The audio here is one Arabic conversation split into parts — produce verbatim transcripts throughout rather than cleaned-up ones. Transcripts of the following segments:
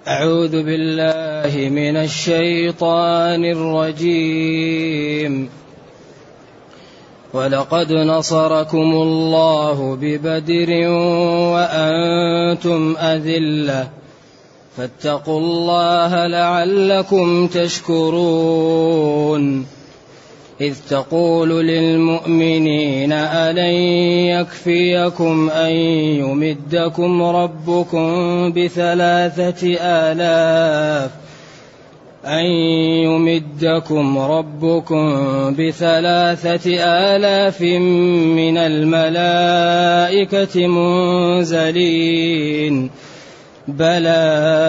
أعوذ بالله من الشيطان الرجيم. ولقد نصركم الله ببدر وأنتم أذلة فاتقوا الله لعلكم تشكرون. إذ تقول للمؤمنين ألن يكفيكم أن يمدكم ربكم بثلاثة آلاف أن يمدكم ربكم بثلاثة آلاف من الملائكة منزلين بلى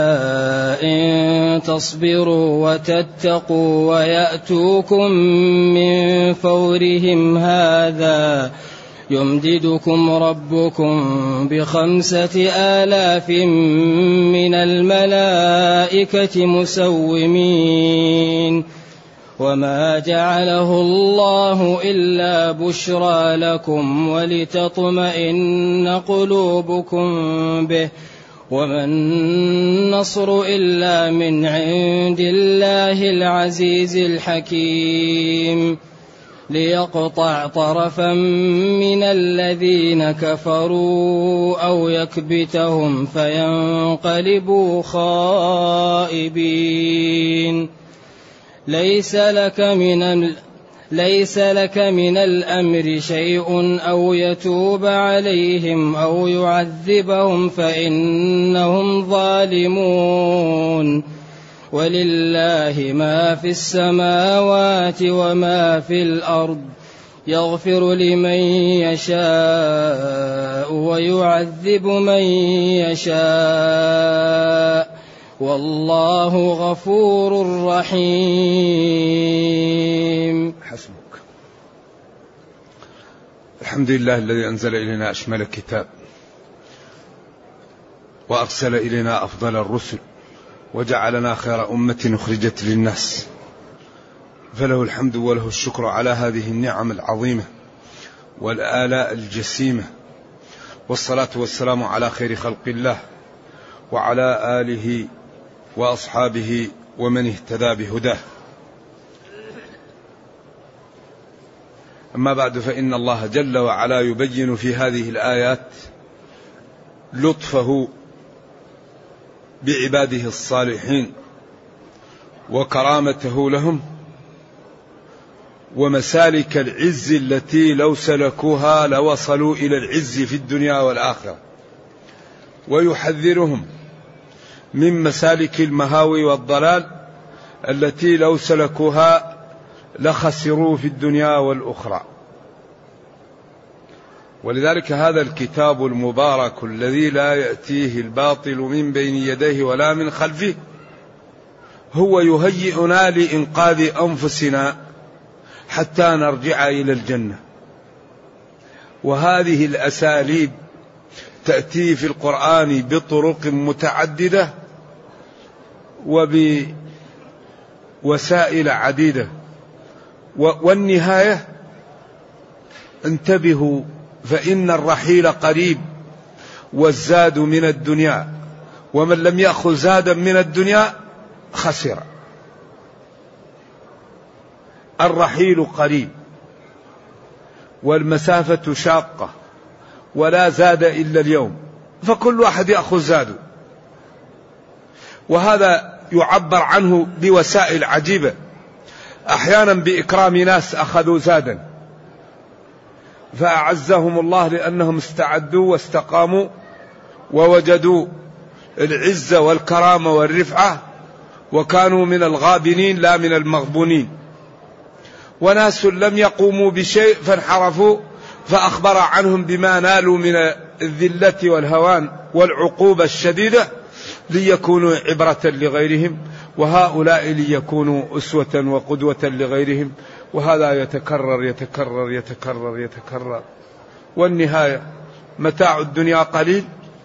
إن تصبروا وتتقوا ويأتوكم من فورهم هذا يمددكم ربكم بخمسة آلاف من الملائكة مسومين وما جعله الله إلا بشرى لكم ولتطمئن قلوبكم به وما النصر إلا من عند الله العزيز الحكيم ليقطع طرفا من الذين كفروا أو يكبتهم فينقلبوا خائبين. ليس لك من ليس لك من الأمر شيء أو يتوب عليهم أو يعذبهم فإنهم ظالمون ولله ما في السماوات وما في الأرض يغفر لمن يشاء ويعذب من يشاء والله غفور رحيم. حسبك. الحمد لله الذي أنزل إلينا أشمل الكتاب وأرسل إلينا أفضل الرسل وجعلنا خير أمة أخرجت للناس، فله الحمد وله الشكر على هذه النعم العظيمة والآلاء الجسيمة، والصلاة والسلام على خير خلق الله وعلى آله وأصحابه ومن اهتدى بهداه. أما بعد، فإن الله جل وعلا يبين في هذه الآيات لطفه بعباده الصالحين وكرامته لهم ومسالك العز التي لو سلكوها لوصلوا إلى العز في الدنيا والآخرة، ويحذرهم من مسالك المهاوي والضلال التي لو سلكوها لخسروا في الدنيا والأخرى. ولذلك هذا الكتاب المبارك الذي لا يأتيه الباطل من بين يديه ولا من خلفه هو يهيئنا لإنقاذ أنفسنا حتى نرجع إلى الجنة. وهذه الأساليب تأتي في القرآن بطرق متعددة وبوسائل عديدة، والنهاية انتبهوا فإن الرحيل قريب والزاد من الدنيا، ومن لم يأخذ زادا من الدنيا خسر. الرحيل قريب والمسافة شاقة ولا زاد إلا اليوم، فكل واحد يأخذ زاده، وهذا يعبر عنه بوسائل عجيبة، أحيانا بإكرام ناس أخذوا زادا فأعزهم الله لأنهم استعدوا واستقاموا ووجدوا العزة والكرامة والرفعة وكانوا من الغابنين لا من المغبونين. وناس لم يقوموا بشيء فانحرفوا فأخبر عنهم بما نالوا من الذلة والهوان والعقوبة الشديدة ليكونوا عبرة لغيرهم، وهؤلاء ليكونوا أسوة وقدوة لغيرهم. وهذا يتكرر يتكرر يتكرر يتكرر، والنهاية متاع الدنيا قليل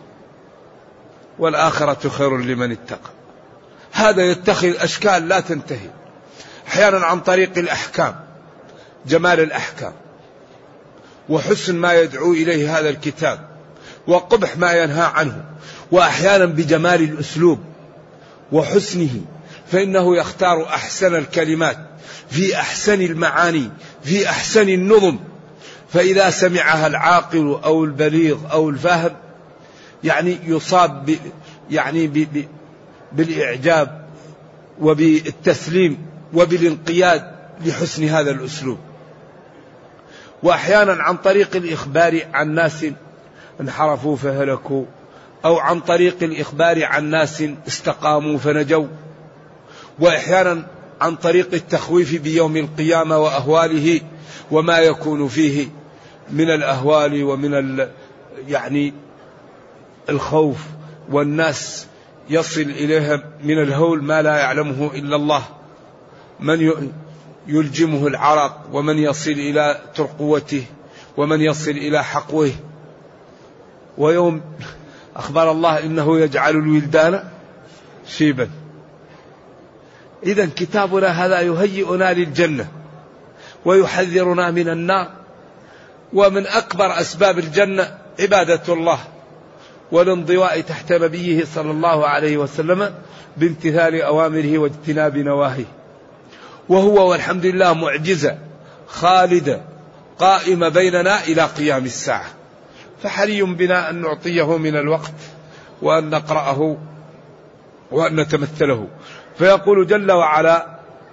والآخرة خير لمن اتقى. هذا يتخذ أشكال لا تنتهي، أحيانا عن طريق الأحكام، جمال الأحكام وحسن ما يدعو إليه هذا الكتاب وقبح ما ينهى عنه، وأحيانا بجمال الأسلوب وحسنه، فإنه يختار أحسن الكلمات في أحسن المعاني في أحسن النظم، فإذا سمعها العاقل أو البليغ أو الفاهم يعني يصاب ب يعني ب ب بالإعجاب وبالتسليم وبالانقياد لحسن هذا الأسلوب. وأحيانا عن طريق الإخبار عن ناس انحرفوا فهلكوا، أو عن طريق الإخبار عن ناس استقاموا فنجوا، وأحيانا عن طريق التخويف بيوم القيامة وأهواله وما يكون فيه من الأهوال ومن ال يعني الخوف، والناس يصل إليها من الهول ما لا يعلمه إلا الله، من يلجمه العرق، ومن يصل إلى ترقوته، ومن يصل إلى حقوه. ويوم أخبر الله إنه يجعل الولدان شيبا. إذن كتابنا هذا يهيئنا للجنة ويحذرنا من النار. ومن أكبر أسباب الجنة عبادة الله والانضواء تحت نبيه صلى الله عليه وسلم بامتثال أوامره واجتناب نواهيه. وهو والحمد لله معجزة خالدة قائمة بيننا إلى قيام الساعة، فحري بنا أن نعطيه من الوقت وأن نقرأه وأن نتمثله. فيقول جل وعلا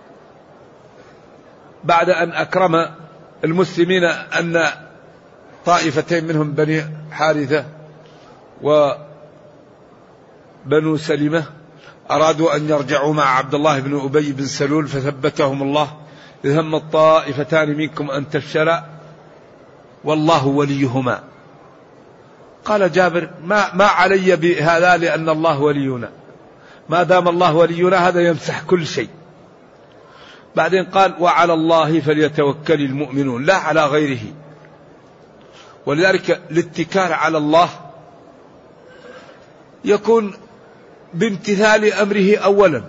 بعد أن أكرم المسلمين أن طائفتين منهم بني حارثة وبنو سلمة أرادوا أن يرجعوا مع عبد الله بن أبي بن سلول فثبتهم الله، إذ هم الطائفتان منكم أن تفشلا والله وليهما. قال جابر ما, ما علي بهذا لأن الله ولينا، ما دام الله ولينا هذا يمسح كل شيء. بعدين قال وعلى الله فليتوكل المؤمنون لا على غيره. ولذلك الاتكال على الله يكون بامتثال أمره أولا،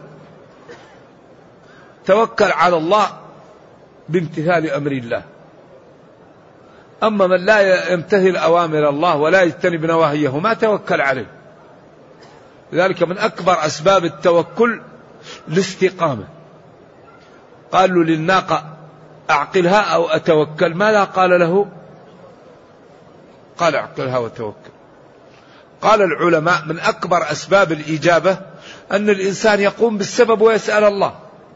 توكل على الله بامتثال أمر الله. أما من لا يمتثل أوامر الله ولا يجتنب نواهيه ما توكل عليه. لذلك من أكبر أسباب التوكل الاستقامة. قالوا للناقة أعقلها أو أتوكل، ماذا قال له؟ قال أعقلها وتوكل. قال العلماء من أكبر أسباب الإجابة أن الإنسان يقوم بالسبب ويسأل الله،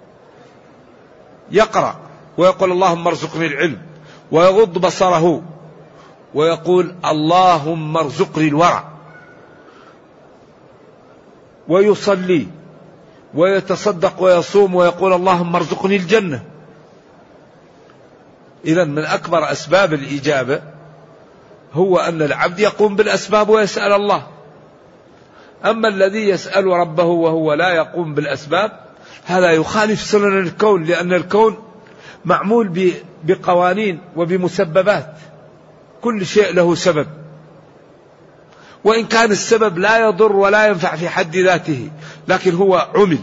يقرأ ويقول اللهم ارزقني العلم، ويغض بصره ويقول اللهم ارزقني الورع، ويصلي ويتصدق ويصوم ويقول اللهم ارزقني الجنة. إذن من أكبر أسباب الإجابة هو أن العبد يقوم بالأسباب ويسأل الله. أما الذي يسأل ربه وهو لا يقوم بالأسباب هذا يخالف سنن الكون، لأن الكون معمول بقوانين وبمسببات، كل شيء له سبب، وإن كان السبب لا يضر ولا ينفع في حد ذاته لكن هو عمل.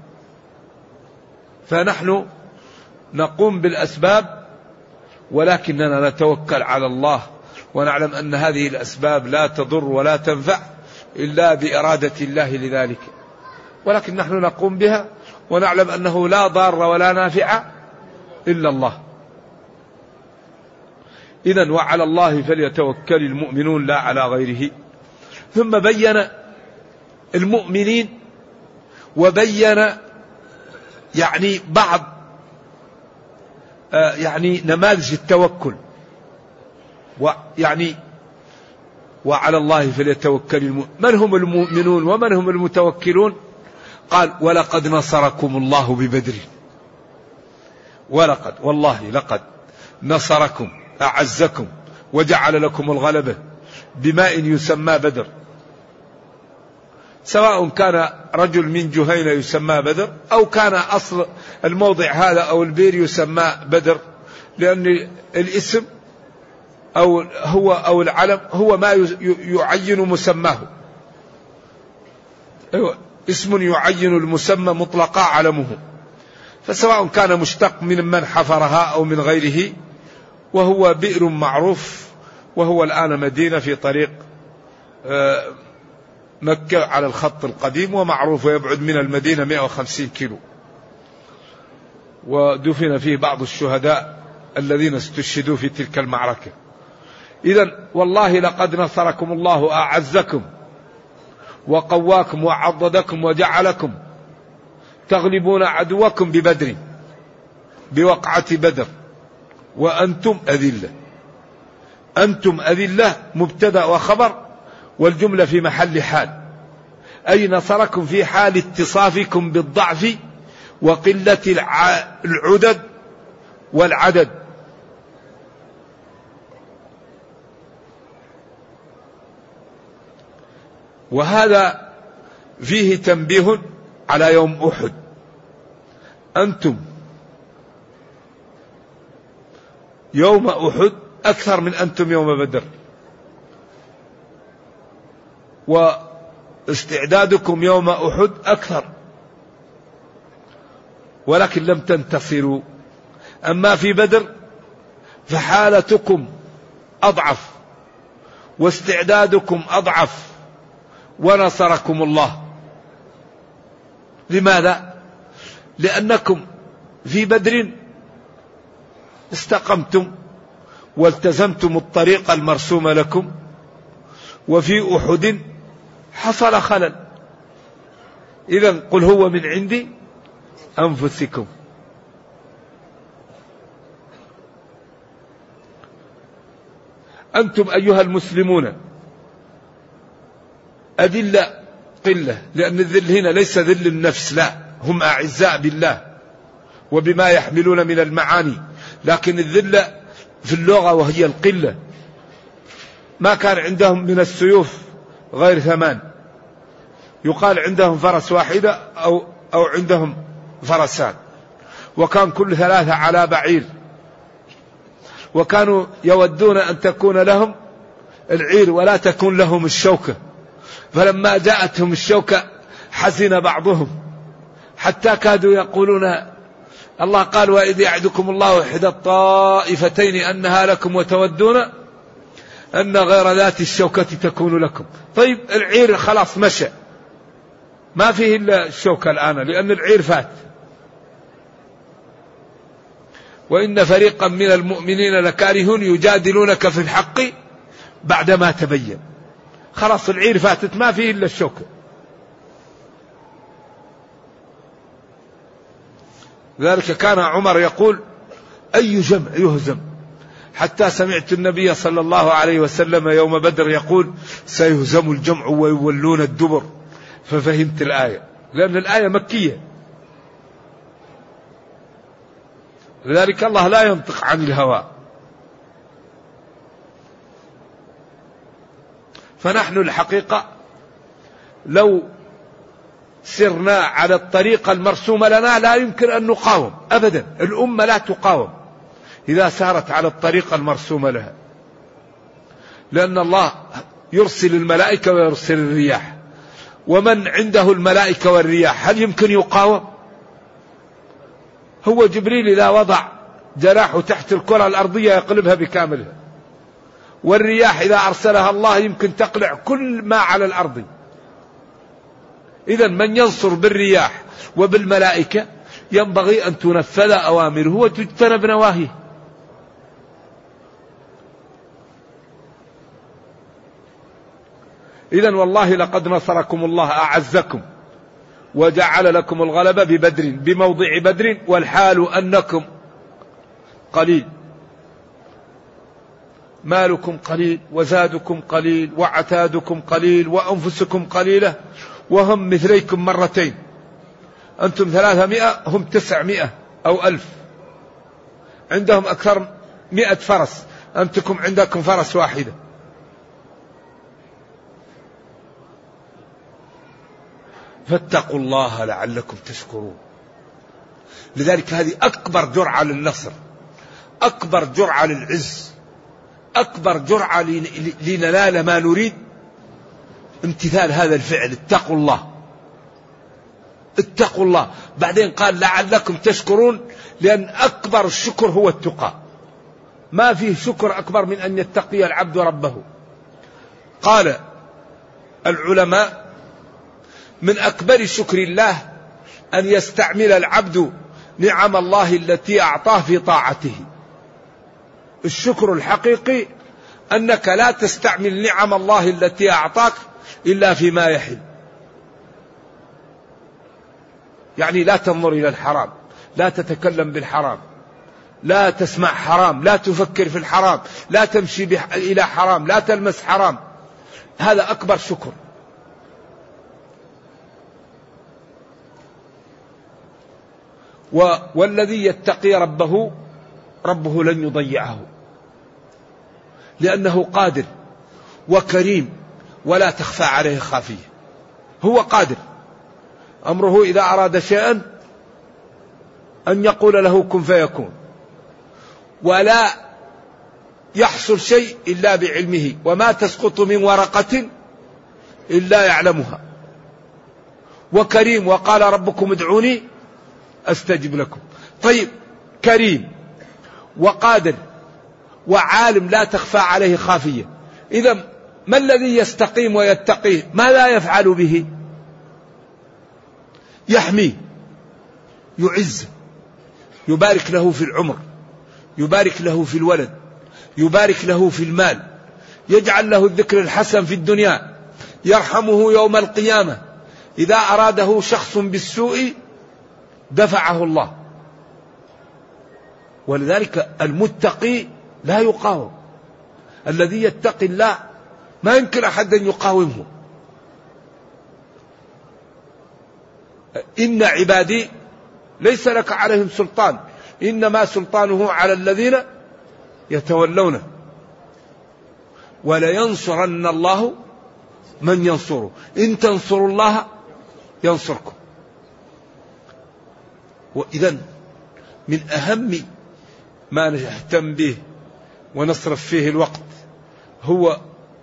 فنحن نقوم بالأسباب ولكننا نتوكل على الله، ونعلم أن هذه الأسباب لا تضر ولا تنفع إلا بإرادة الله لذلك، ولكن نحن نقوم بها ونعلم أنه لا ضار ولا نافع إلا الله. إذن وعلى الله فليتوكل المؤمنون لا على غيره. ثم بين المؤمنين وبين يعني بعض يعني نماذج التوكل، ويعني وعلى الله فليتوكل المؤمنون. من هم المؤمنون ومن هم المتوكلون؟ قال ولقد نصركم الله ببدر، ولقد والله لقد نصركم أعزكم وجعل لكم الغلبة بماء يسمى بدر، سواء كان رجل من جهينة يسمى بدر أو كان أصل الموضع هذا أو البير يسمى بدر، لأن الاسم أو هو أو العلم هو ما يعين مسماه. أيوة اسم يعين المسمى مطلقا علمه، فسواء كان مشتق من من حفرها أو من غيره، وهو بئر معروف، وهو الآن مدينة في طريق مكة على الخط القديم ومعروف، ويبعد من المدينة مئة وخمسين كيلو، ودفن فيه بعض الشهداء الذين استشهدوا في تلك المعركة. إذن والله لقد نصركم الله، أعزكم وقواكم وعضدكم وجعلكم تغلبون عدوكم ببدر، بوقعة بدر، وأنتم أذلة. أنتم أذلة مبتدأ وخبر، والجملة في محل حال، أي نصركم في حال اتصافكم بالضعف وقلة العدد والعدد. وهذا فيه تنبيه على يوم أحد. أنتم يوم أحد أكثر من أنتم يوم بدر، واستعدادكم يوم أحد أكثر، ولكن لم تنتصروا. أما في بدر فحالتكم أضعف واستعدادكم أضعف، ونصركم الله. لماذا؟ لأنكم في بدر استقمتم والتزمتم الطريق المرسوم لكم، وفي أحد حصل خلل. إذن قل هو من عند أنفسكم. أنتم أيها المسلمون أذلة قلة، لأن الذل هنا ليس ذل النفس، لا، هم أعزاء بالله وبما يحملون من المعاني، لكن الذلة في اللغة وهي القلة. ما كان عندهم من السيوف غير ثمان، يقال عندهم فرس واحدة أو, أو عندهم فرسان، وكان كل ثلاثة على بعير، وكانوا يودون أن تكون لهم العير ولا تكون لهم الشوكة، فلما جاءتهم الشوكة حزن بعضهم حتى كادوا يقولون، الله قال وإذ يعدكم الله إحدى الطائفتين أنها لكم وتودون أن غير ذات الشوكة تكون لكم. طيب العير خلاص مشى، ما فيه إلا الشوكة الآن لأن العير فات. وإن فريقا من المؤمنين لكارهون يجادلونك في الحق بعدما تبين. خلاص العير فاتت، ما فيه إلا الشوكة. ذلك كان عمر يقول أي جمع يهزم، حتى سمعت النبي صلى الله عليه وسلم يوم بدر يقول سيهزم الجمع ويولون الدبر، ففهمت الآية، لأن الآية مكية. لذلك الله لا ينطق عن الهوى. فنحن الحقيقة لو سرنا على الطريقة المرسومة لنا لا يمكن أن نقاوم أبدا. الأمة لا تقاوم إذا سارت على الطريقة المرسومة لها، لأن الله يرسل الملائكة ويرسل الرياح، ومن عنده الملائكة والرياح هل يمكن يقاوم؟ هو جبريل إذا وضع جناحه تحت الكرة الأرضية يقلبها بكاملها، والرياح إذا أرسلها الله يمكن تقلع كل ما على الأرض. إذن من ينصر بالرياح وبالملائكة ينبغي أن تنفذ أوامره وتجتنب نواهيه. إذن والله لقد نصركم الله أعزكم وجعل لكم الغلبة ببدر، بموضع بدر، والحال أنكم قليل، مالكم قليل وزادكم قليل وعتادكم قليل وأنفسكم قليلة، وهم مثليكم مرتين. أنتم ثلاثمائة هم تسعمائة أو ألف، عندهم أكثر مئة فرس، أنتم عندكم فرس واحدة. فاتقوا الله لعلكم تشكرون. لذلك هذه أكبر جرعة للنصر، أكبر جرعة للعز، أكبر جرعة لننال ما نريد، امتثال هذا الفعل. اتقوا الله، اتقوا الله. بعدين قال لعلكم تشكرون، لأن أكبر الشكر هو التقى. ما فيه شكر أكبر من أن يتقي العبد ربه. قال العلماء من أكبر شكر الله أن يستعمل العبد نعم الله التي أعطاه في طاعته. الشكر الحقيقي أنك لا تستعمل نعم الله التي أعطاك إلا فيما يحل، يعني لا تنظر إلى الحرام، لا تتكلم بالحرام، لا تسمع حرام، لا تفكر في الحرام، لا تمشي إلى حرام، لا تلمس حرام. هذا أكبر شكر. والذي يتقي ربه ربه لن يضيعه، لأنه قادر وكريم ولا تخفى عليه خافية. هو قادر، أمره إذا أراد شيئا أن يقول له كن فيكون، ولا يحصل شيء إلا بعلمه، وما تسقط من ورقة إلا يعلمها. وكريم، وقال ربكم ادعوني أستجب لكم. طيب، كريم وقادر وعالم لا تخفى عليه خافية. إذا ما الذي يستقيم ويتقيه؟ ما لا يفعل به؟ يحميه، يعز، يبارك له في العمر، يبارك له في الولد، يبارك له في المال، يجعل له الذكر الحسن في الدنيا، يرحمه يوم القيامة. إذا أراده شخص بالسوء دفعه الله. ولذلك المتقي لا يقاوم. الذي يتقي الله ما يمكن أحد أن يقاومه. إن عبادي ليس لك عليهم سلطان، إنما سلطانه على الذين يتولونه، ولينصرن الله من ينصره، إن تنصروا الله ينصركم. وإذن من أهم ما نهتم به ونصرف فيه الوقت هو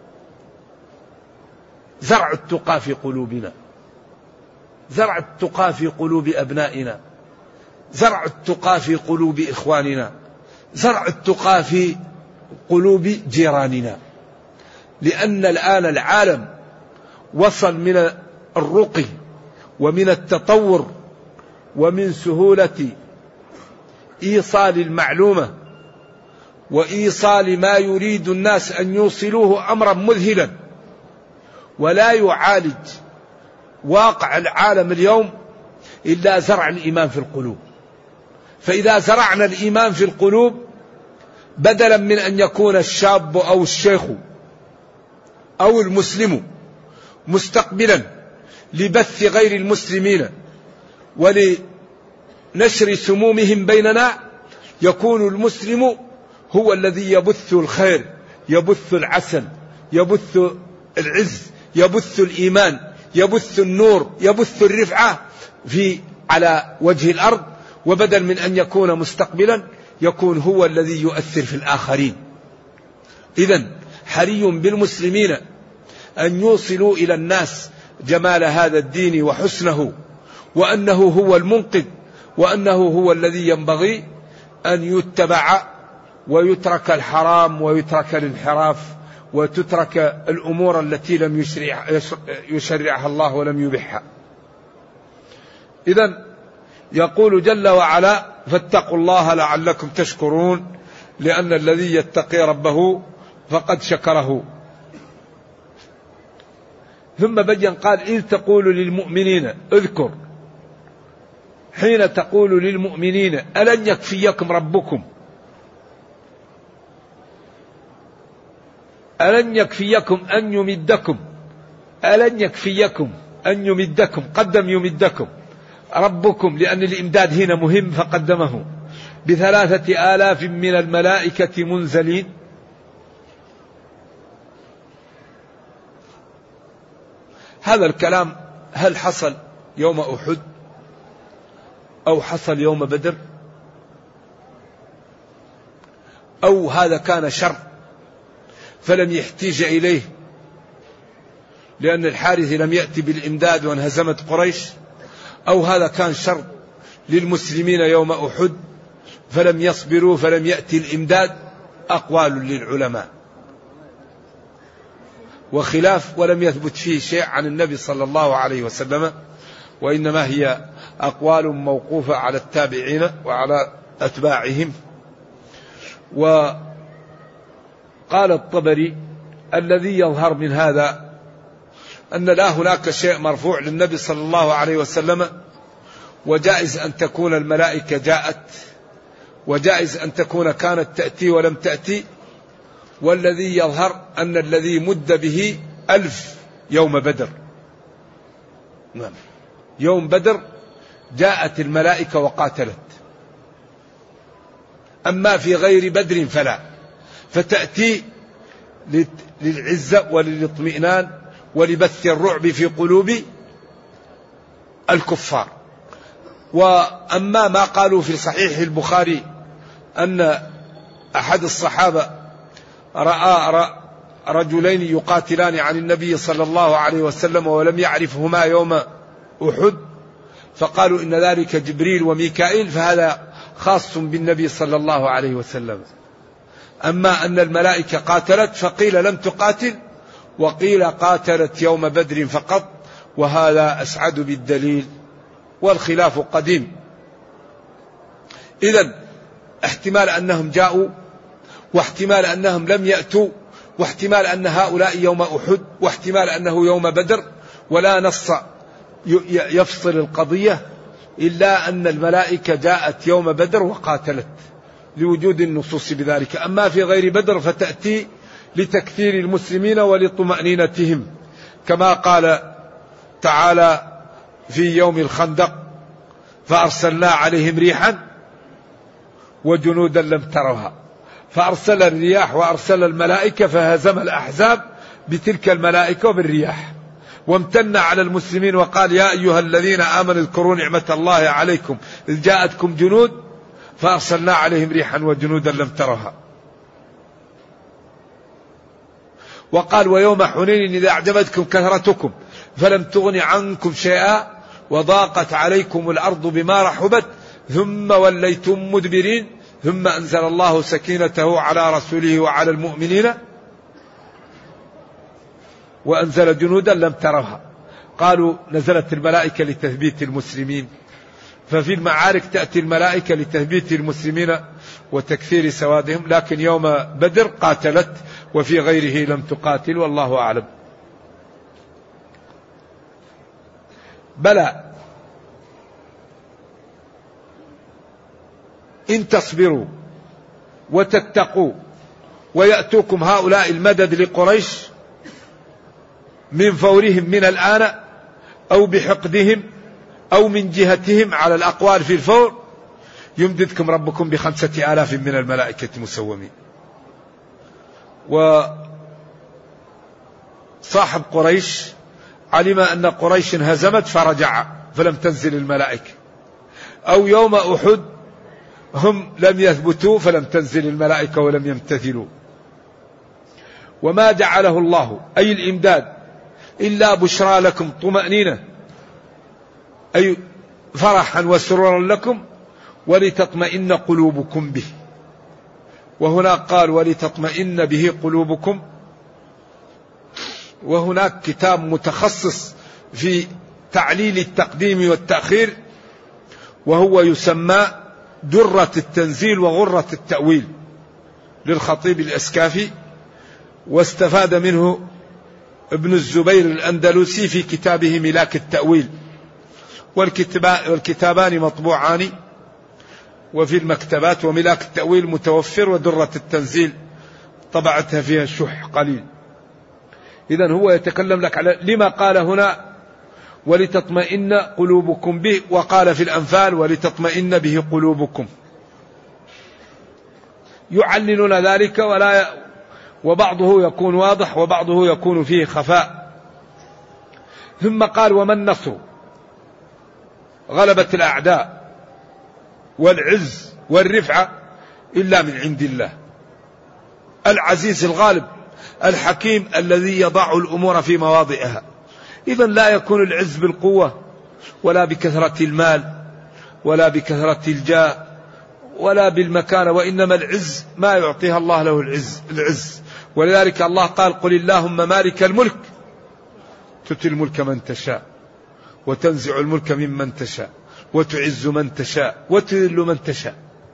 زرع التقى في قلوبنا، زرع التقى في قلوب أبنائنا، زرع التقى في قلوب إخواننا، زرع التقى في قلوب جيراننا. لأن الآن العالم وصل من الرقي ومن التطور ومن سهولة إيصال المعلومة وإيصال ما يريد الناس أن يوصلوه أمرا مذهلا، ولا يعالج واقع العالم اليوم إلا زرع الإيمان في القلوب. فإذا زرعنا الإيمان في القلوب، بدلا من أن يكون الشاب أو الشيخ أو المسلم مستقبلا لبث غير المسلمين ولنشر سمومهم بيننا، يكون المسلم هو الذي يبث الخير، يبث العسل، يبث العز، يبث الإيمان، يبث النور، يبث الرفعة في على وجه الأرض. وبدل من أن يكون مستقبلا يكون هو الذي يؤثر في الآخرين. إذن حري بالمسلمين أن يوصلوا إلى الناس جمال هذا الدين وحسنه، وأنه هو المنقذ، وأنه هو الذي ينبغي أن يتبع ويترك الحرام ويترك الانحراف وتترك الأمور التي لم يشرع يشرعها الله ولم يبحها. إذن يقول جل وعلا: فاتقوا الله لعلكم تشكرون، لأن الذي يتقي ربه فقد شكره. ثم بين قال: إذ تقول للمؤمنين، اذكر حين تقول للمؤمنين ألن يكفيكم ربكم، ألن يكفيكم أن يمدكم، ألن يكفيكم أن يمدكم، قدم يمدكم ربكم لأن الإمداد هنا مهم فقدمه، بثلاثة آلاف من الملائكة منزلين. هذا الكلام هل حصل يوم أحد أو حصل يوم بدر، أو هذا كان شر فلم يحتاج إليه لأن الحارث لم يأتي بالإمداد وانهزمت قريش، أو هذا كان شر للمسلمين يوم أحد فلم يصبروا فلم يأتي الإمداد؟ أقوال للعلماء. وخلاف، ولم يثبت فيه شيء عن النبي صلى الله عليه وسلم، وإنما هي أقوال موقوفة على التابعين وعلى أتباعهم. وقال الطبري: الذي يظهر من هذا أن لا هناك شيء مرفوع للنبي صلى الله عليه وسلم، وجائز أن تكون الملائكة جاءت، وجائز أن تكون كانت تأتي ولم تأتي. والذي يظهر أن الذي مد به ألف يوم بدر. نعم، يوم بدر جاءت الملائكة وقاتلت، أما في غير بدر فلا، فتأتي للعزة وللاطمئنان ولبث الرعب في قلوب الكفار. وأما ما قالوا في صحيح البخاري أن أحد الصحابة رأى رجلين يقاتلان عن النبي صلى الله عليه وسلم ولم يعرفهما يوم أحد، فقالوا إن ذلك جبريل وميكائيل، فهذا خاص بالنبي صلى الله عليه وسلم. أما أن الملائكة قاتلت فقيل لم تقاتل، وقيل قاتلت يوم بدر فقط، وهذا أسعد بالدليل، والخلاف قديم. إذن احتمال أنهم جاءوا، واحتمال أنهم لم يأتوا، واحتمال أن هؤلاء يوم أحد، واحتمال أنه يوم بدر، ولا نص يفصل القضية إلا أن الملائكة جاءت يوم بدر وقاتلت لوجود النصوص بذلك. أما في غير بدر فتأتي لتكثير المسلمين ولطمأنينتهم، كما قال تعالى في يوم الخندق: فأرسلنا عليهم ريحا وجنودا لم تروها. فأرسل الرياح وأرسل الملائكة فهزم الأحزاب بتلك الملائكة وبالرياح، وامتن على المسلمين وقال: يا أيها الذين آمنوا اذكروا نعمة الله عليكم إذ جاءتكم جنود فأرسلنا عليهم ريحا وجنودا لم تروها. وقال: ويوم حنين إذا أعجبتكم كثرتكم فلم تغن عنكم شيئا وضاقت عليكم الأرض بما رحبت ثم وليتم مدبرين ثم أنزل الله سكينته على رسوله وعلى المؤمنين وأنزل جنودا لم تروها. قالوا نزلت الملائكة لتثبيت المسلمين، ففي المعارك تأتي الملائكة لتثبيت المسلمين وتكثير سوادهم، لكن يوم بدر قاتلت وفي غيره لم تقاتل، والله أعلم. بلى إن تصبروا وتتقوا ويأتوكم هؤلاء المدد لقريش من فورهم من الآن أو بحقدهم أو من جهتهم على الأقوال في الفور، يمددكم ربكم بخمسة آلاف من الملائكة مسومين. وصاحب قريش علم أن قريش هزمت فرجع فلم تنزل الملائكة، أو يوم أحد هم لم يثبتوا فلم تنزل الملائكة ولم يمتثلوا. وما جعله الله أي الإمداد إلا بشرى لكم طمأنينة، أي فرحا وسرورا لكم ولتطمئن قلوبكم به. وهنا قال ولتطمئن به قلوبكم، وهناك كتاب متخصص في تعليل التقديم والتأخير وهو يسمى درة التنزيل وغرة التأويل للخطيب الأسكافي، واستفاد منه ابن الزبير الأندلسي في كتابه ملاك التأويل، والكتابان مطبوعان وفي المكتبات، وملاك التأويل متوفر ودرة التنزيل طبعتها فيها شح قليل. إذن هو يتكلم لك على لما قال هنا ولتطمئن قلوبكم به، وقال في الأنفال ولتطمئن به قلوبكم، يعللون ذلك ولا ي... وبعضه يكون واضح وبعضه يكون فيه خفاء. ثم قال وما النصر، غلبة الأعداء والعز والرفعة إلا من عند الله العزيز الغالب الحكيم الذي يضع الأمور في مواضعها. إذن لا يكون العز بالقوة ولا بكثرة المال ولا بكثرة الجاه ولا بالمكانة، وإنما العز ما يعطيها الله له العز, العز ولذلك الله قال قل اللهم مالك الملك تؤتي الملك من تشاء وتنزع الملك ممن تشاء وتعز من تشاء وتذل من تشاء.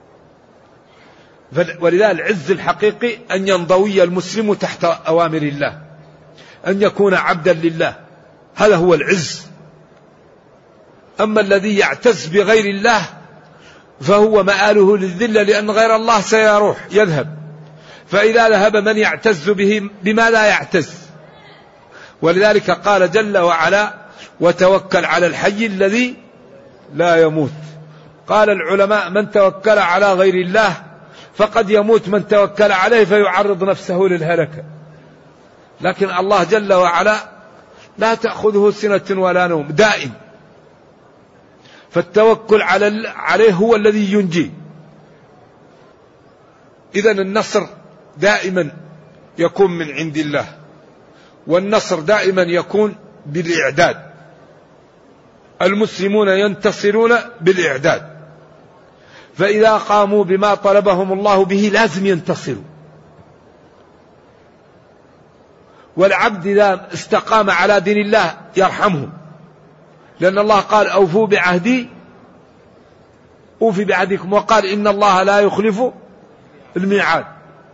ولذلك العز الحقيقي أن ينضوي المسلم تحت أوامر الله، أن يكون عبدا لله، هذا هو العز. أما الذي يعتز بغير الله فهو مآله للذلة، لأن غير الله سيروح يذهب. فإذا ذهب من يعتز به بما لا يعتز. ولذلك قال جل وعلا وتوكل على الحي الذي لا يموت. قال العلماء من توكل على غير الله فقد يموت من توكل عليه فيعرض نفسه للهلكة، لكن الله جل وعلا لا تأخذه سنة ولا نوم، دائم. فالتوكل عليه هو الذي ينجي. إذن النصر دائما يكون من عند الله، والنصر دائما يكون بالإعداد. المسلمون ينتصرون بالإعداد، فإذا قاموا بما طلبهم الله به لازم ينتصروا. والعبد إذا استقام على دين الله يرحمهم، لأن الله قال أوفوا بعهدي أوفي بعهدكم، وقال إن الله لا يخلف الميعاد.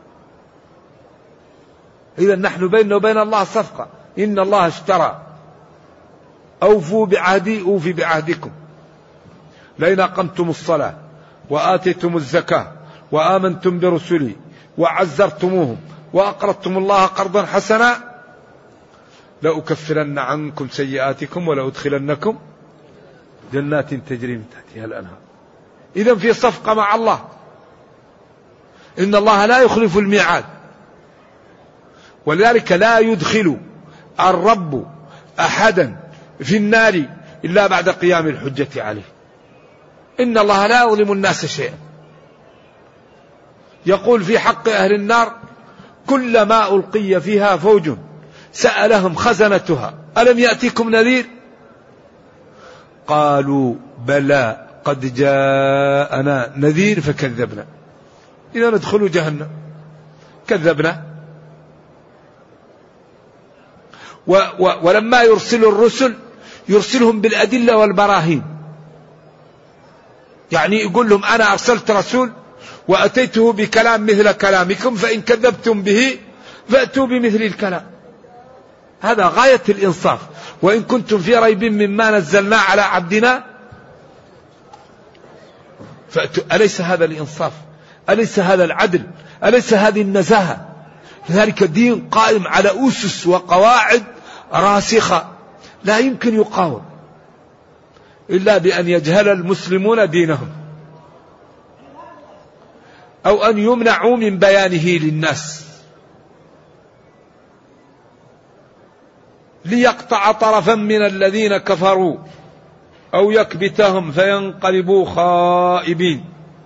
إذا نحن بيننا وبين الله صفقة، إن الله اشترى أوفوا بعهدي أوفي بعهدكم لئن أقمتم الصلاة وآتيتم الزكاة وآمنتم برسلي وعزرتموهم وأقرضتم الله قرضا حسنا لأكفرن عنكم سيئاتكم ولأدخلنكم جنات تجري من تحتها الأنهار. إذن في صفقة مع الله، إن الله لا يخلف الميعاد. ولذلك لا يدخل الرب أحدا في النار إلا بعد قيام الحجة عليه. إن الله لا يظلم الناس شيئا. يقول في حق أهل النار كلما ألقي فيها فوج سألهم خزنتها ألم يأتيكم نذير قالوا بلى قد جاءنا نذير فكذبنا. إذا ندخلوا جهنم كذبنا. و و ولما يرسل الرسل يرسلهم بالأدلة والبراهين، يعني يقول لهم أنا أرسلت رسول وأتيته بكلام مثل كلامكم فإن كذبتم به فأتوا بمثل الكلام. هذا غاية الإنصاف. وإن كنتم في ريب مما نزلنا على عبدنا فأتوا. أليس هذا الإنصاف؟ أليس هذا العدل؟ أليس هذه النزاهة؟ لذلك الدين قائم على أسس وقواعد راسخة لا يمكن يقاوم إلا بأن يجهل المسلمون دينهم أو أن يمنعوا من بيانه للناس ليقطع طرفا من الذين كفروا أو يكبتهم فينقلبوا خائبين.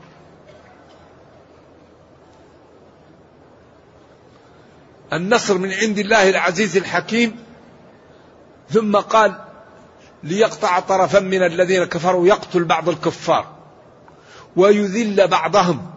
النصر من عند الله العزيز الحكيم. ثم قال ليقطع طرفا من الذين كفروا، يقتل بعض الكفار ويذل بعضهم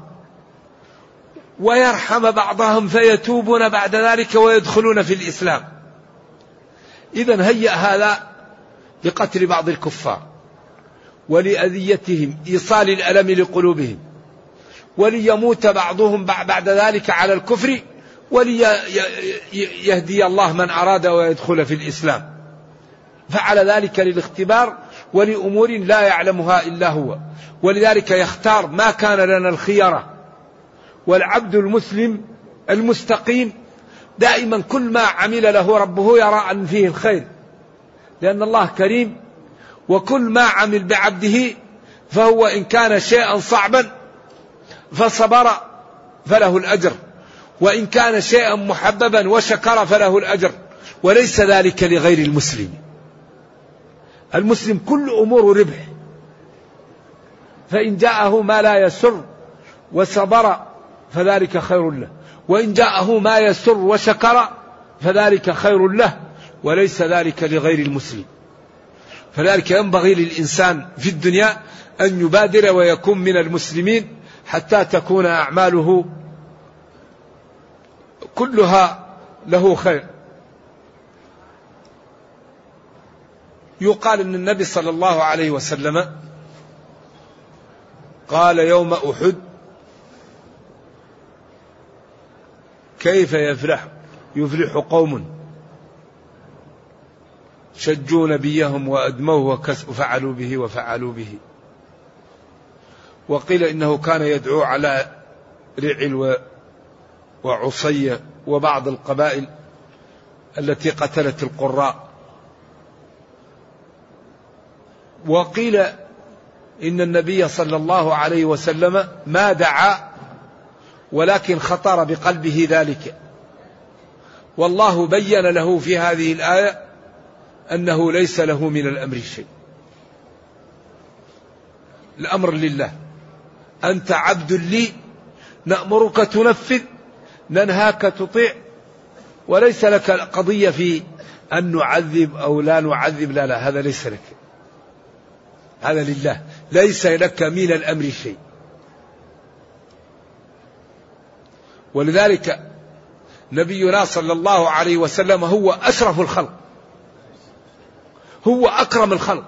ويرحم بعضهم فيتوبون بعد ذلك ويدخلون في الإسلام. إذن هيأ هذا لقتل بعض الكفار ولأذيتهم إيصال الألم لقلوبهم، وليموت بعضهم بعد ذلك على الكفر، وليهدي الله من أراد ويدخل في الإسلام. فعل ذلك للاختبار ولأمور لا يعلمها إلا هو. ولذلك يختار ما كان لنا الخيرة. والعبد المسلم المستقيم دائما كل ما عمل له ربه يرى أن فيه الخير، لأن الله كريم. وكل ما عمل بعبده فهو إن كان شيئا صعبا فصبر فله الأجر، وإن كان شيئا محببا وشكر فله الأجر. وليس ذلك لغير المسلم. المسلم كل أمور ربح، فإن جاءه ما لا يسر وصبر فذلك خير له، وإن جاءه ما يسر وشكر فذلك خير له، وليس ذلك لغير المسلم. فذلك ينبغي للإنسان في الدنيا أن يبادر ويكون من المسلمين حتى تكون أعماله كلها له خير. يقال أن النبي صلى الله عليه وسلم قال يوم أحد: كيف يفلح يفلح قوم شجوا نبيهم وأدموه وفعلوا به وفعلوا به. وقيل إنه كان يدعو على رعل وعصية وبعض القبائل التي قتلت القراء. وقيل إن النبي صلى الله عليه وسلم ما دعا ولكن خطر بقلبه ذلك، والله بين له في هذه الآية أنه ليس له من الأمر شيء. الأمر لله، أنت عبد لي، نأمرك تنفذ، ننهاك تطيع، وليس لك قضية في أن نعذب أو لا نعذب، لا لا، هذا ليس لك، هذا لله، ليس لك من الأمر شيء. ولذلك نبينا صلى الله عليه وسلم هو أشرف الخلق، هو أكرم الخلق،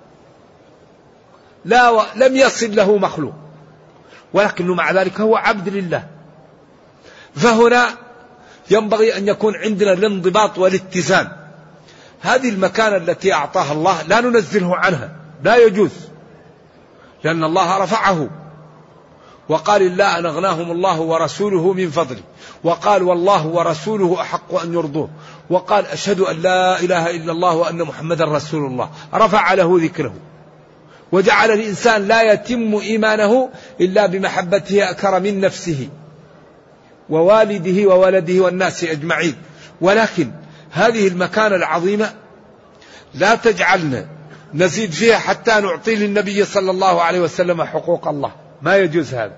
لا و... لم يصل له مخلوق، ولكنه مع ذلك هو عبد لله. فهنا ينبغي أن يكون عندنا الانضباط والاتزان. هذه المكانة التي أعطاها الله لا ننزله عنها، لا يجوز، لأن الله رفعه وقال: الله أن أغناهم الله ورسوله من فضله، وقال: والله ورسوله أحق أن يرضوه، وقال: أشهد أن لا إله إلا الله وأن محمدا رسول الله. رفع له ذكره وجعل الإنسان لا يتم إيمانه إلا بمحبته أكثر من نفسه ووالده وولده والناس أجمعين. ولكن هذه المكانة العظيمة لا تجعلنا نزيد فيها حتى نعطي للنبي صلى الله عليه وسلم حقوق الله، ما يجوز هذا.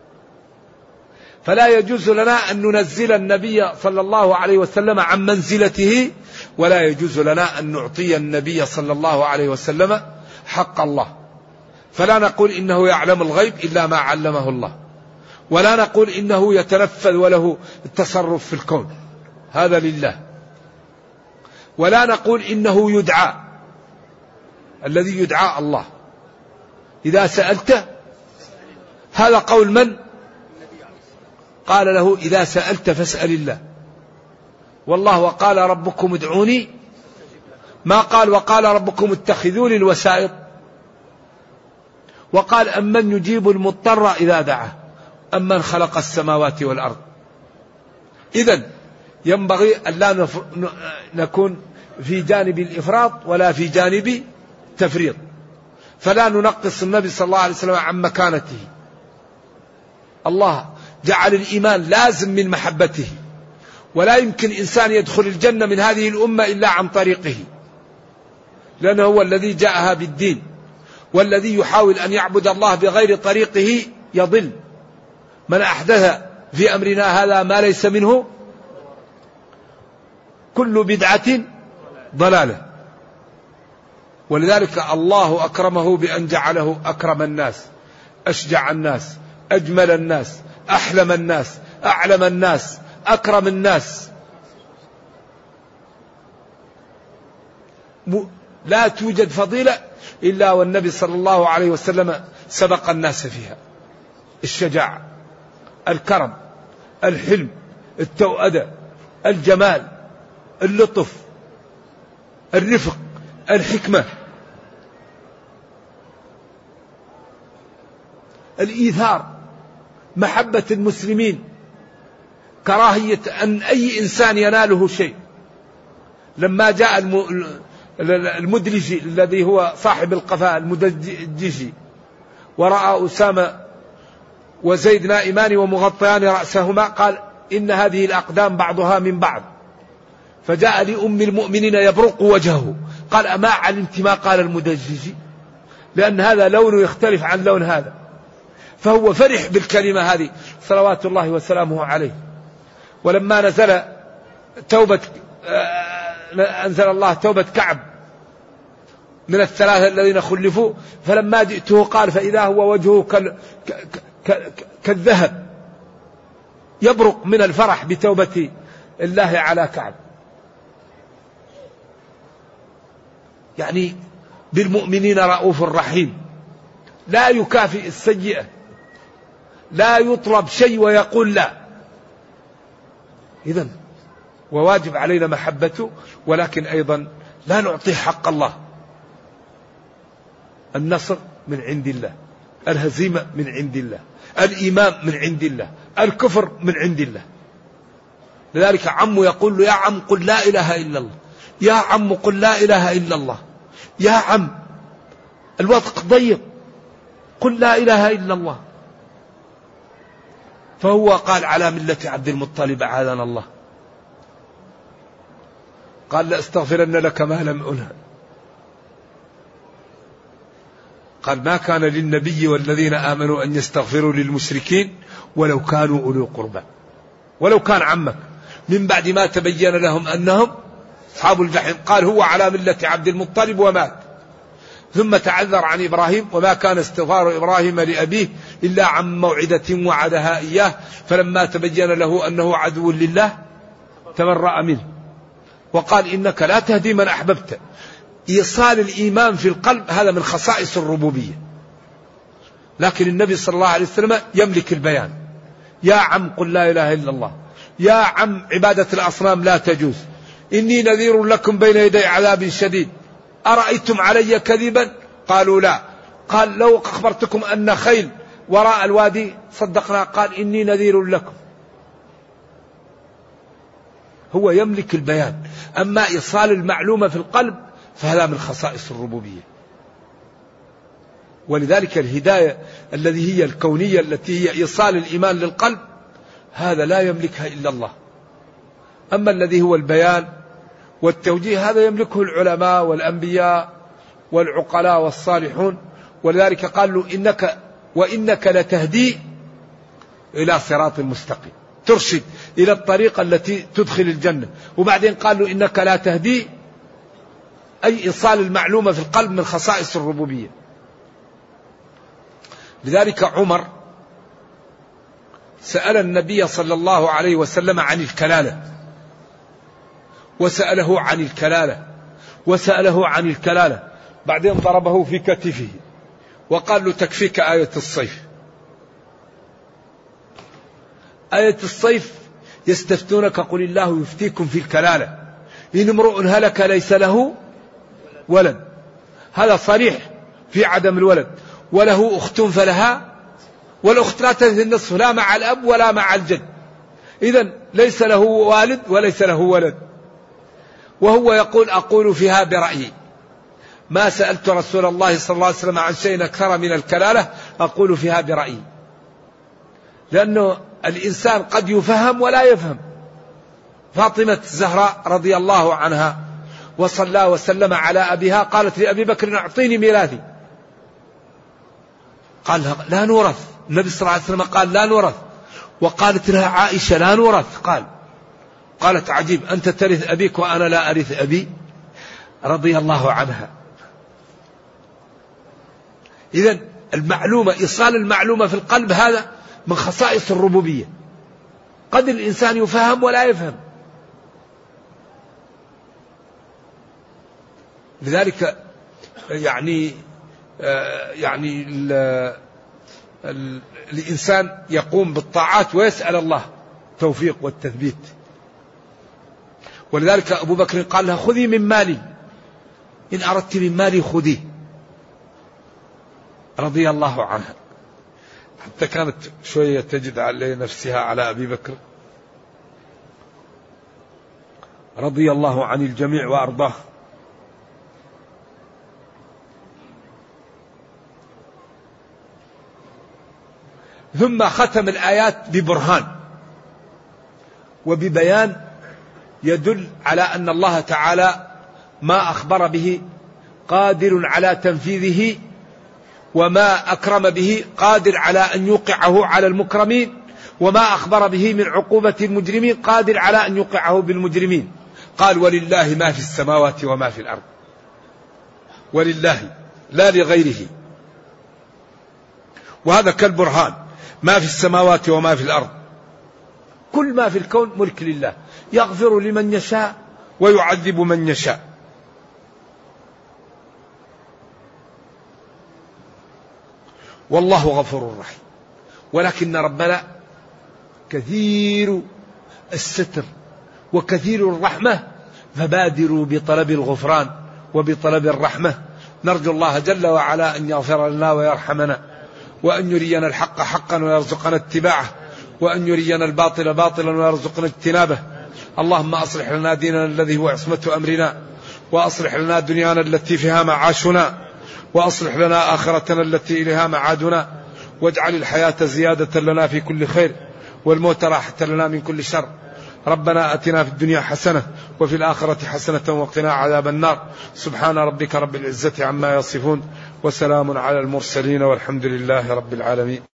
فلا يجوز لنا أن ننزل النبي صلى الله عليه وسلم عن منزلته، ولا يجوز لنا أن نعطي النبي صلى الله عليه وسلم حق الله. فلا نقول إنه يعلم الغيب إلا ما علمه الله، ولا نقول إنه يتنفذ وله التصرف في الكون، هذا لله. ولا نقول إنه يدعى، الذي يدعى الله. إذا سألت، هذا قول من؟ قال له: إذا سألت فاسأل الله. والله وقال ربكم ادعوني، ما قال وقال ربكم اتخذوني الوسائط. وقال: أمن يجيب المضطر إذا دعاه، أمن خلق السماوات والأرض. إذن ينبغي أن لا نكون في جانب الإفراط ولا في جانب التفريط، فلا ننقص النبي صلى الله عليه وسلم عن مكانته. الله جعل الإيمان لازم من محبته، ولا يمكن إنسان يدخل الجنة من هذه الأمة إلا عن طريقه، لأنه هو الذي جاءها بالدين. والذي يحاول أن يعبد الله بغير طريقه يضل. من أحدث في أمرنا هذا ما ليس منه كل بدعة ضلالة. ولذلك الله أكرمه بأن جعله أكرم الناس، أشجع الناس، أجمل الناس، أحلم الناس، أعلم الناس، أكرم الناس. لا توجد فضيلة إلا والنبي صلى الله عليه وسلم سبق الناس فيها: الشجاعة، الكرم، الحلم، التوأدة، الجمال، اللطف، الرفق، الحكمة، الإيثار، محبة المسلمين، كراهية أن أي إنسان يناله شيء. لما جاء المدلجي الذي هو صاحب القفاء المدجي ورأى أسامة وزيد نائمان ومغطيان رأسهما، قال: إن هذه الأقدام بعضها من بعض. فجاء لأم المؤمنين يبرق وجهه، قال: أما علمت ما قال المدجي؟ لأن هذا لون يختلف عن لون هذا. فهو فرح بالكلمة هذه صلوات الله وسلامه عليه. ولما نزل توبة أنزل الله توبة كعب من الثلاثة الذين خلفوا، فلما جئته قال: فإذا هو وجهه كالذهب يبرق من الفرح بتوبة الله على كعب. يعني بالمؤمنين رؤوف رحيم، لا يكافئ السيئة، لا يطلب شيء ويقول لا. إذن وواجب علينا محبته، ولكن أيضا لا نعطيه حق الله. النصر من عند الله، الهزيمة من عند الله، الإيمان من عند الله، الكفر من عند الله. لذلك عمه يقول له يا عم قل لا إله إلا الله، يا عم قل لا إله إلا الله، يا عم الوقت ضيق قل لا إله إلا الله. فهو قال على ملة عبد المطلب أعاذنا الله، قال لأستغفرن لك ما لم أنه. قال ما كان للنبي والذين آمنوا أن يستغفروا للمشركين ولو كانوا أولي قربى، ولو كان عمك، من بعد ما تبين لهم أنهم أصحاب الجحيم. قال هو على ملة عبد المطلب ومات، ثم تعذر عن إبراهيم، وما كان استغفار إبراهيم لأبيه إلا عن موعدة وعدها إياه، فلما تبين له أنه عدو لله تبرأ منه، وقال إنك لا تهدي من أحببت. إيصال الإيمان في القلب هذا من خصائص الربوبية، لكن النبي صلى الله عليه وسلم يملك البيان. يا عم قل لا إله إلا الله، يا عم عبادة الأصنام لا تجوز، إني نذير لكم بين يدي عذاب شديد، أرأيتم علي كذبا؟ قالوا لا. قال لو أخبرتكم أن خيل وراء الوادي صدقنا. قال إني نذير لكم. هو يملك البيان، أما إيصال المعلومة في القلب فهذا من خصائص الربوبية. ولذلك الهداية الذي هي الكونية التي هي إيصال الإيمان للقلب هذا لا يملكها إلا الله. أما الذي هو البيان والتوجيه هذا يملكه العلماء والأنبياء والعقلاء والصالحون. ولذلك قال له إنك وإنك لتهدي إلى صراط مستقيم، ترشد إلى الطريقة التي تدخل الجنة. وبعدين قال له إنك لا تهدي، أي إيصال المعلومة في القلب من خصائص الربوبية. لذلك عمر سأل النبي صلى الله عليه وسلم عن الكلالة، وسأله عن الكلالة وسأله عن الكلالة بعدين ضربه في كتفه وقال له تكفيك آية الصيف. آية الصيف يستفتونك قل الله يفتيكم في الكلالة إن امرؤ هلك ليس له ولد، هذا صريح في عدم الولد، وله أخت فلها، والأخت لا ترث النصف لا مع الأب ولا مع الجد، إذن ليس له والد وليس له ولد. وهو يقول أقول فيها برأيي، ما سألت رسول الله صلى الله عليه وسلم عن شيء أكثر من الكلالة، أقول فيها برأيي. لأنه الإنسان قد يفهم ولا يفهم. فاطمة الزهراء رضي الله عنها وصلى وسلم على أبيها قالت لأبي بكر أعطيني ميراثي، قال لا نورث. النبي صلى الله عليه وسلم قال لا نورث. وقالت لها عائشة لا نورث، قال قالت عجيب أنت ترث أبيك وأنا لا أرث أبي، رضي الله عنها. إذن المعلومة إيصال المعلومة في القلب هذا من خصائص الربوبية. قد الإنسان يفهم ولا يفهم. لذلك يعني يعني ال ال الإنسان يقوم بالطاعات ويسأل الله التوفيق والتثبيت. ولذلك أبو بكر قال لها خذي من مالي، إن أردت من مالي خذيه، رضي الله عنها. حتى كانت شوية تجد على نفسها على أبي بكر رضي الله عن الجميع وأرضاه. ثم ختم الآيات ببرهان وببيان يدل على أن الله تعالى ما أخبر به قادر على تنفيذه، وما أكرم به قادر على أن يوقعه على المكرمين، وما أخبر به من عقوبة المجرمين قادر على أن يوقعه بالمجرمين. قال ولله ما في السماوات وما في الأرض، ولله لا لغيره. وهذا كالبرهان، ما في السماوات وما في الأرض، كل ما في الكون ملك لله. يغفر لمن يشاء ويعذب من يشاء. والله غفور رحيم. ولكن ربنا كثير الستر وكثير الرحمة، فبادروا بطلب الغفران وبطلب الرحمة. نرجو الله جل وعلا أن يغفر لنا ويرحمنا، وأن يرينا الحق حقا ويرزقنا اتباعه، وأن يرينا الباطل باطلا ويرزقنا اجتنابه. اللهم أصلح لنا ديننا الذي هو عصمة أمرنا، وأصلح لنا دنيانا التي فيها معاشنا، وأصلح لنا آخرتنا التي إليها معادنا، واجعل الحياة زيادة لنا في كل خير، والموت راحة لنا من كل شر. ربنا أتنا في الدنيا حسنة وفي الآخرة حسنة وقنا عذاب النار. سبحان ربك رب العزة عما يصفون، وسلام على المرسلين، والحمد لله رب العالمين.